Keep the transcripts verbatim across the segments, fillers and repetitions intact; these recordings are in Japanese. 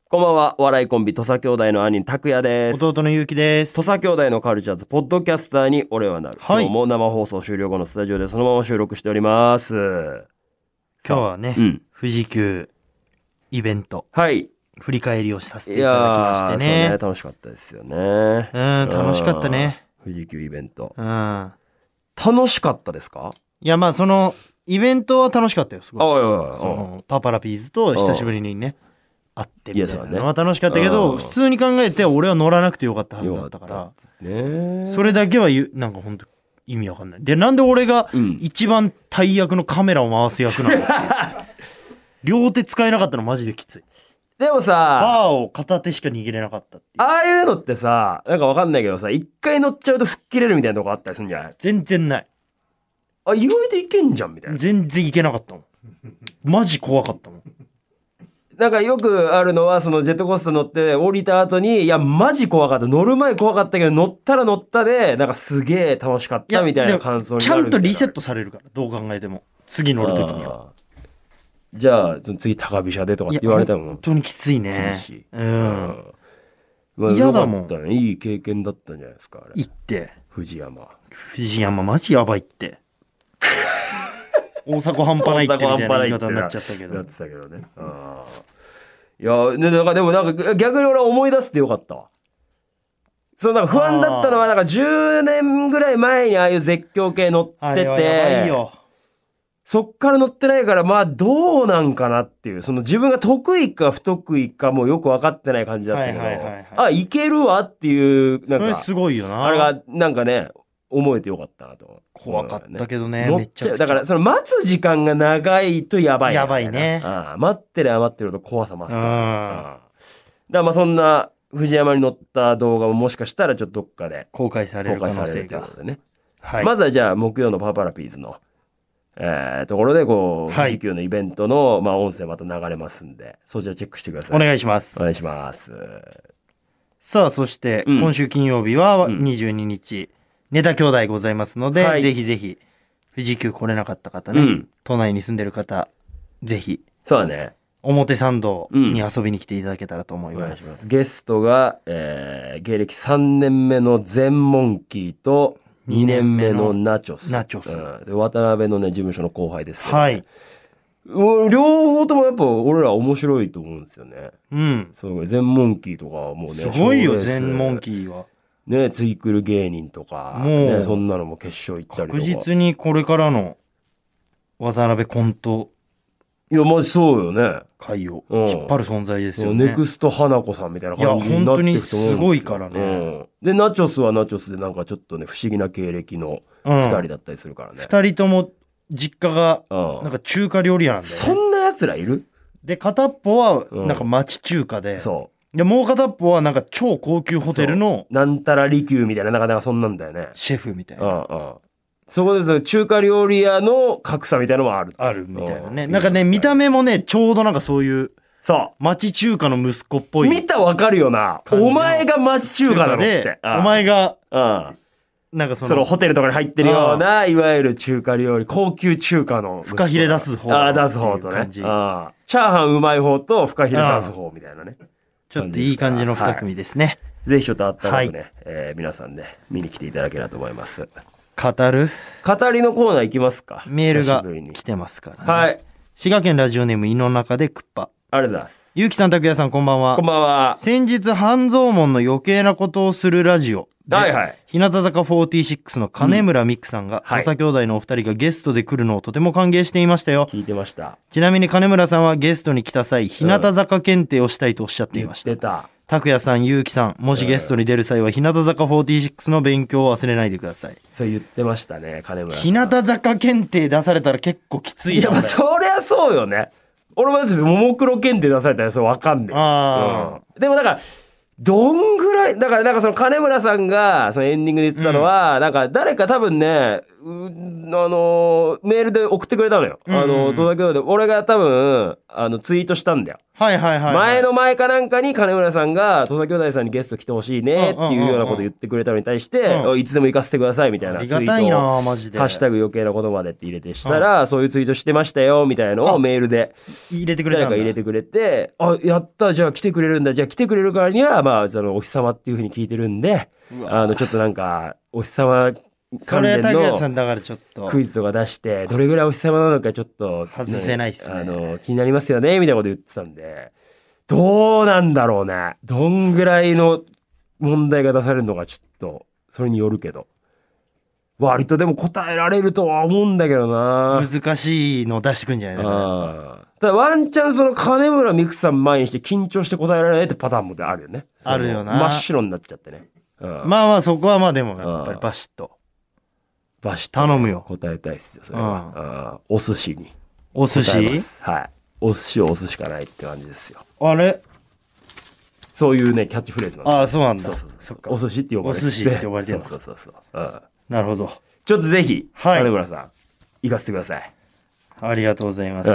こんばんは。笑いコンビ土佐兄弟の兄拓也です。 弟のゆうきです。 土佐兄弟のカルチャーズポッドキャスターに俺はなる、はい、今日も生放送終了後のスタジオでそのまま収録しております。 今日はね、うん、富士急イベント、はい、振り返りをさせていただきましてね。 いやー、そうね、楽しかったですよね。 うん楽しかったね。 富士急イベント、うん、 楽しかったですか？ いやまあそのイベントは楽しかったよ。すごい。 あいやいやそのパパラピーズと久しぶりにね会ってみたいなのは楽しかったけど、普通に考えて俺は乗らなくてよかったはずだったから、ね、それだけはなんか本当意味わかんない。でなんで俺が一番大役のカメラを回す役なの、うん、両手使えなかったのマジできつい。 でもさ、 バーを片手しか握れなかったっていう。 ああいうのってさ、なんかわかんないけどさ、一回乗っちゃうと吹っ切れるみたいなとこあったりするんじゃない？ 全然ない。 あ、意外といけんじゃんみたいな。 全然いけなかったもん。マジ怖かったもん。 なんかよくあるのは、そのジェットコースター乗って降りた後に、いやマジ怖かった、乗る前怖かったけど乗ったら乗ったでなんかすげえ楽しかったみたいな感想になる。 ちゃんとリセットされるから、どう考えても次乗る時には。 じゃあその次高飛車でとかって言われたもん。 本当にきついね。うん。 まあ、嫌だもん。いい経験だったんじゃないですか。あれ行って富士山。 富士山マジやばいって。大迫半端ないってみたいな言い方になっちゃったけど。 なってたけどね。あいや、ね、なんかでもなんか逆に俺は思い出してよかったわ。そうなんか不安だったのはなんかじゅうねんぐらい前にああいう絶叫系乗ってて、あれはやばいよ。そっから乗ってないからまあどうなんかなっていう、その自分が得意か不得意かもよく分かってない感じだったけど、はいはいはいはい、あいけるわっていうなんかそれすごいよな。 あれがなんかね思えてよかったなと。 怖かったけどね。 めっちゃだからその待つ時間が長いとやばい、ね、 やばいね。 ああ待ってれば待ってると怖さ増すから。だからまあそんな藤山に乗った動画ももしかしたらちょっとどっかで公開される可能性が。 というね、はい、まずはじゃあ木曜のパパラピーズの、えー、ところでこう富士急のイベントの、まあ、音声また流れますんでそちらチェックしてください。 お願いします。 お願いします。 さあそして、うん、今週金曜日はにじゅうににち、うんネタ兄弟ございますので、はい、ぜひぜひ富士急来れなかった方ね、うん、都内に住んでる方ぜひそうだね表参道に遊びに来ていただけたらと思います。うん、ますゲストが、えー、芸歴さんねんめの全モンキーとにねんめのナチョスナチョス、 うん、で渡辺のね事務所の後輩ですけど、ね、 はい両方ともやっぱ俺ら面白いと思うんですよね。 うんそう全モンキーとかはもうねすごいよ全モンキーはね、ツイクル芸人とか、ね、そんなのも決勝行ったりとか確実にこれからの渡辺コントいやマジそうよね会を引っ張る存在ですよね、 うん、ネクスト花子さんみたいな感じになっていくと思うんですよ。 いや本当にすごいからね、うん、 でナチョスはナチョスでなんかちょっとね不思議な経歴のふたりだったりするからね、うん、ふたりとも実家がなんか中華料理屋なんだよね。 そんなやつらいる？ で片っぽはなんか町中華で、うん、そうでもう片っぽはなんか超高級ホテルのなんたら利休みたいななかなかそんなんだよね。 シェフみたいな。 ああそこで中華料理屋の格差みたいなのもあるあるみたいなね。なんかね見た目もねちょうどなんかそういうそう町中華の息子っぽい。 見たらわかるよな。お前が町中華なのってお前がなんかそのそのホテルとかに入ってるようないわゆる中華料理高級中華のフカヒレ出す方ああ出す方とねあチャーハンうまい方とフカヒレ出す方みたいなね。 ちょっといい感じのに組ですね、 はい、ぜひちょっとあったかくね、はいえー、皆さんね見に来ていただければと思います。 語る語りのコーナー行きますか。 メールが来てますからね。 はい滋賀県ラジオネーム井の中でクッパありがとうございます。 ゆうきさん拓也さんこんばんは。 こんばんは。 先日半蔵門の余計なことをするラジオはいはい、 日向坂フォーティーシックスの金村美久さんが、土佐兄弟のお二人がゲストで来るのをとても歓迎していましたよ。 聞いてました。 ちなみに金村さんはゲストに来た際日向坂検定をしたいとおっしゃっていました。 言ってた。 拓也さん、ゆうきさん、もしゲストに出る際は日向坂フォーティーシックスの勉強を忘れないでください。 そう言ってましたね金村さん。 日向坂検定出されたら結構きついな。 いやまあそりゃそうよね。俺もももクロ検定出されたらそれ分かんねえ。あ、うん、でもだからどんぐらいだからなんかその金村さんがそのエンディングで言ってたのは、うん、なんか誰か多分ねうあのメールで送ってくれたのよ、うんうん、あの戸田兄弟で俺が多分あのツイートしたんだよ。 はいはいはい、はい、 前の前かなんかに金村さんが戸田兄弟さんにゲスト来てほしいねっていうようなこと言ってくれたのに対して、うんうん、いつでも行かせてくださいみたいなツイートを、ありがたいなマジでハッシュタグ余計なことまでって入れてしたら、うん、そういうツイートしてましたよみたいなのをメールで入れてくれたんだ。 誰か入れてくれて、あやったじゃあ来てくれるんだ、じゃあ来てくれるからにはまあそのお日様っていう風に聞いてるんで、あのちょっとなんかお日様関連のクイズとか出してどれぐらいお日様なのかちょっと、ね、 外せないっすね。 あの気になりますよねみたいなこと言ってたんで、どうなんだろうね。どんぐらいの問題が出されるのかちょっとそれによるけど、割とでも答えられるとは思うんだけどな。 難しいの出してくんじゃないかな。 ただワンチャンその金村美玖さん前にして緊張して答えられないってパターンもあるよね。 あるよな。 真っ白になっちゃってね、うん、 まあまあそこはまあでもやっぱりバシッとバシッと、ね、頼むよ。答えたいっすよそれは、うん、お寿司にお寿司、 はい、お寿司を押すしかないって感じですよ。 あれそういうねキャッチフレーズなんです。 ああそうなんだ。 そうそうそう、お寿司って呼ばれてお寿司って呼ばれてるの。 そうそうそうそう、うん、 なるほど。 ちょっとぜひ、 はい、 金村さん行かせてください。 ありがとうございます、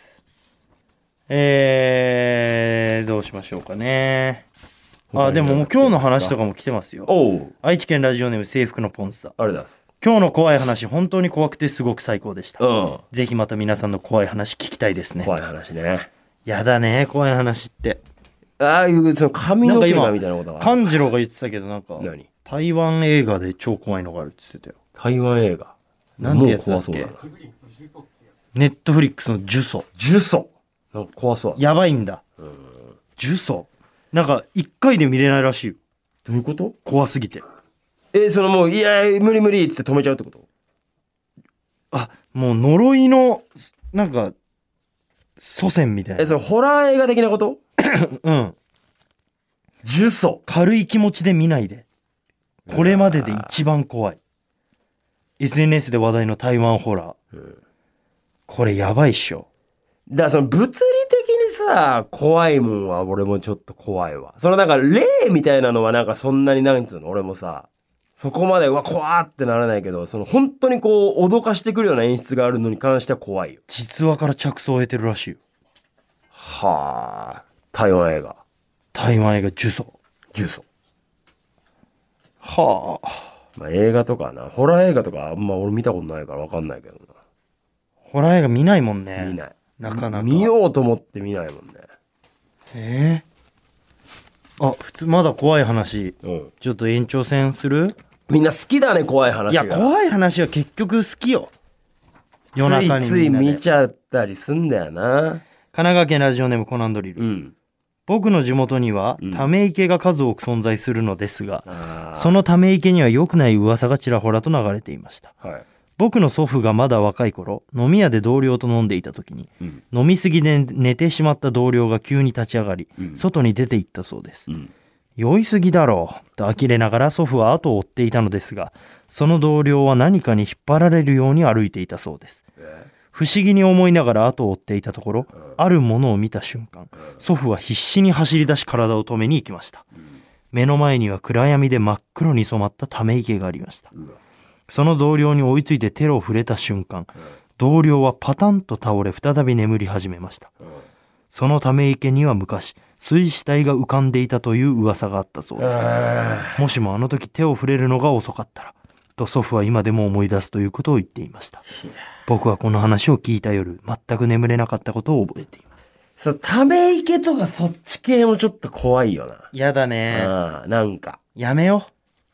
うん、えー、どうしましょうかね。あでももう今日の話とかも来てますよ。愛知県ラジオネーム制服のポンサー。 ありがとうございます。 今日の怖い話本当に怖くてすごく最高でした、 うん、 ぜひまた皆さんの怖い話聞きたいですね。 怖い話ね。 やだね怖い話って。 ああいうその髪の毛がみたいなことが勘次郎が言ってたけどなんか何台湾映画で超怖いのがあるって言ってたよ。 台湾映画なんてやつだっけ。ネットフリックスの呪詛。 呪詛なんか怖そう。 やばいんだ。うん呪詛なんか一回で見れないらしいよ。 どういうこと？ 怖すぎて。 えー、そのもういや無理無理って止めちゃうってこと？ あもう呪いのなんか祖先みたいな。 えそのホラー映画的なこと？ うん。 呪詛軽い気持ちで見ないで。これまでで一番怖い。エスエヌエス で話題の台湾ホラー、うん、これやばいっしょ。 だからその物理的にさ怖いもんは俺もちょっと怖いわ。そのなんか霊みたいなのはなんかそんなになんつうの俺もさそこまでうわ怖ってならないけど、その本当にこう脅かしてくるような演出があるのに関しては怖いよ。 実話から着想を得てるらしいよ。 はあ台湾映画台湾映画呪詛呪詛はあ。 まあ映画とかなホラー映画とかあんま俺見たことないから分かんないけどな。 ホラー映画見ないもんね。 見ないなかなか見ようと思って見ないもんね。 えー、あ普通まだ怖い話、 うん、 ちょっと延長戦する？ みんな好きだね怖い話が。 いや怖い話は結局好きよ。夜中についつい見ちゃったりすんだよな。 神奈川県ラジオネームコナンドリル、うん、僕の地元にはため池が数多く存在するのですが、うん、そのため池には良くない噂がちらほらと流れていました、はい、僕の祖父がまだ若い頃飲み屋で同僚と飲んでいた時に、うん、飲みすぎで寝てしまった同僚が急に立ち上がり、うん、外に出て行ったそうです、うん、酔いすぎだろうと呆れながら祖父は後を追っていたのですが、その同僚は何かに引っ張られるように歩いていたそうです。不思議に思いながら後を追っていたところ、あるものを見た瞬間、祖父は必死に走り出し体を止めに行きました。目の前には暗闇で真っ黒に染まったため池がありました。その同僚に追いついて手を触れた瞬間、同僚はパタンと倒れ再び眠り始めました。そのため池には昔水死体が浮かんでいたという噂があったそうです。もしもあの時手を触れるのが遅かったらと祖父は今でも思い出すということを言っていました。僕はこの話を聞いた夜全く眠れなかったことを覚えています。 そう、ため池とかそっち系もちょっと怖いよな。 やだね。 ああ、なんかやめよ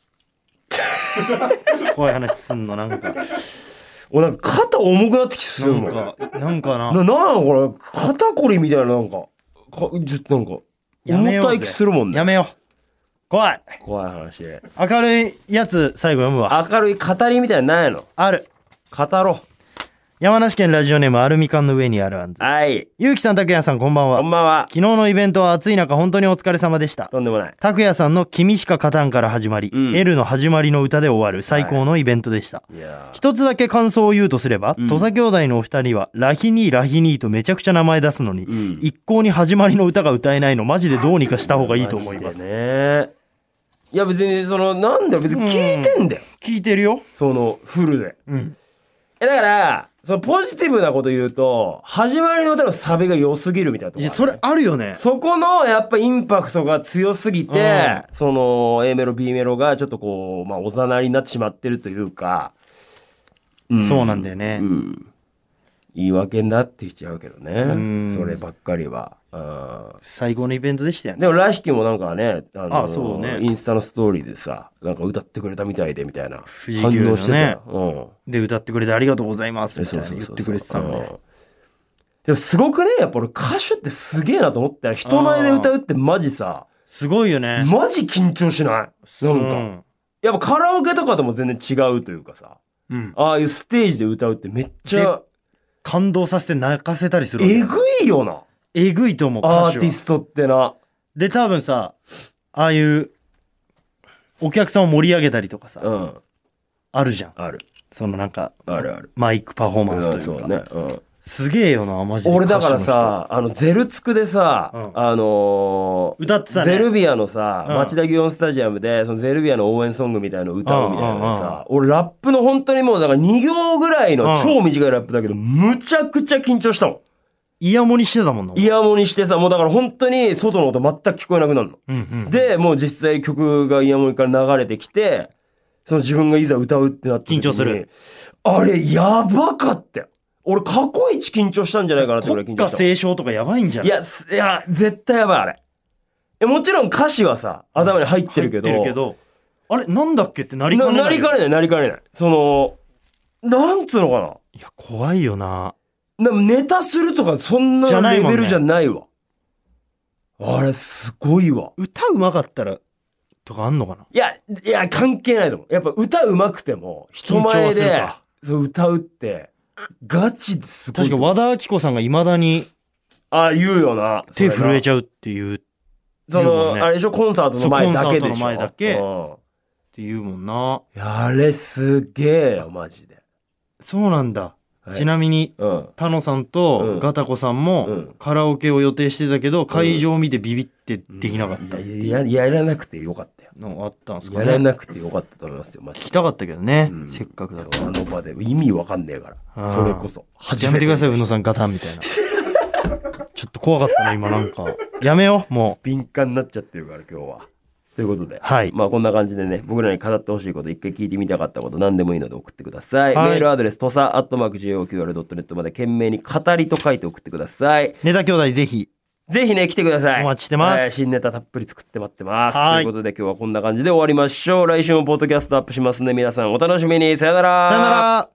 怖い話すんのなんか俺なんか肩重くなってきてるもん。 なんかなんかなななんこれ肩こりみたいななんかかちょっとなんか重たい気するもんね。 やめよう怖い怖い話。 明るいやつ最後読むわ。 明るい語りみたいなのないの？ ある。 語ろう。 山梨県ラジオネームアルミ缶の上にあるあんず。 はい。 ゆうきさん、たくやさん、こんばんは。 こんばんは。 昨日のイベントは暑い中本当にお疲れ様でした。 とんでもない。 たくやさんの君しか勝たんから始まり、うん、L の始まりの歌で終わる最高のイベントでした。はい、一つだけ感想を言うとすれば、うん、土佐兄弟のお二人はラヒニーラヒニーとめちゃくちゃ名前出すのに、うん、一向に始まりの歌が歌えないのマジでどうにかした方がいいと思います。ね。いいや別にそのなんだよ別に聞いてんだよ、 うん、聞いてるよそのフルで、 うん、 えだからそのポジティブなこと言うと始まりの歌のサビが良すぎるみたいなとこ、ね、 いやそれあるよね。 そこのやっぱインパクトが強すぎて、うん、その A メロ B メロがちょっとこうまあおざなりになってしまってるというか、 うん、そうなんだよね、 うん、言い訳になってきちゃうけどねそればっかりは。 最後のイベントでしたよね。 でもラヒキもなんかね、あのあそうねインスタのストーリーでさなんか歌ってくれたみたいでみたいな反応してたよ、 うん、 で歌ってくれてありがとうございますみたいな言ってくれてたんで、 でもすごくねやっぱ俺歌手ってすげえなと思ったら人前で歌うってマジさすごいよね。 マジ緊張しないなんか、うん、やっぱカラオケとかとも全然違うというかさ、うん、ああいうステージで歌うってめっちゃ感動させて泣かせたりする。 えぐいよな。 えぐいと思う。 アーティストってな。 で多分さああいうお客さんを盛り上げたりとかさ、うん、あるじゃん。 ある。 そのなんかあるあるマイクパフォーマンスというか、うんそうねうん、すげえよなマジで。 俺だからさあのゼルツクでさ、うん、あのー、 歌ってたね。 ゼルビアのさ、うん、町田祇園スタジアムでそのゼルビアの応援ソングみたいなの歌うみたいなのでさ、うんうんうん、俺ラップの本当にもうだからに行ぐらいの超短いラップだけど、うん、むちゃくちゃ緊張したもん。 イヤモニしてたもんな。 イヤモニしてさもうだから本当に外の音全く聞こえなくなるの、うんうんうん、でもう実際曲がイヤモニから流れてきてその自分がいざ歌うってなった時に緊張する。 あれやばかったよ。俺過去一緊張したんじゃないかなってぐらい緊張した。 国歌斉唱とかやばいんじゃない？ いやいや絶対やばいあれ。えもちろん歌詞はさ頭に入ってるけど、 入ってるけどあれなんだっけってなりかねない。 なりかねないなりかねない。そのなんつうのかな。 いや怖いよな。 でもネタするとかそんなレベルじゃないわ。あれすごいわ。 歌うまかったらとかあんのかな。 いやいや関係ないと思う。やっぱ歌うまくても人前でそう歌うってガチですごい。 確か和田アキ子さんがいまだにあ言うよな。 手震えちゃうっていう。 その、ね、あれでしょコンサートの前だけでしょ。コンサートの前だけ、うん、 って言うもんな。 あれすげえよマジで。 そうなんだ。ちなみに、うん、タノさんとガタコさんもカラオケを予定してたけど、うん、会場を見てビビってできなかったっていう、 うん、や, やらなくてよかったよのあったんですかね。 やらなくてよかったと思いますよマジで。 聞きたかったけどね、うん、せっかくだと。 あの場で意味わかんねえからそれこそやめてください宇野さんガタンみたいなちょっと怖かったな今なんかやめようもう敏感になっちゃってるから今日は。ということで、 はい、 まあこんな感じでね僕らに語ってほしいこと一回聞いてみたかったこと何でもいいので送ってください、はい、メールアドレスとさアットマーク ジェイオーキューアールドットネット まで懸命に語りと書いて送ってください。 ネタ兄弟ぜひぜひね来てください。 お待ちしてます、 えー、新ネタたっぷり作って待ってます。ということで今日はこんな感じで終わりましょう。来週もポッドキャストアップしますので皆さんお楽しみに。さよなら。 さよなら。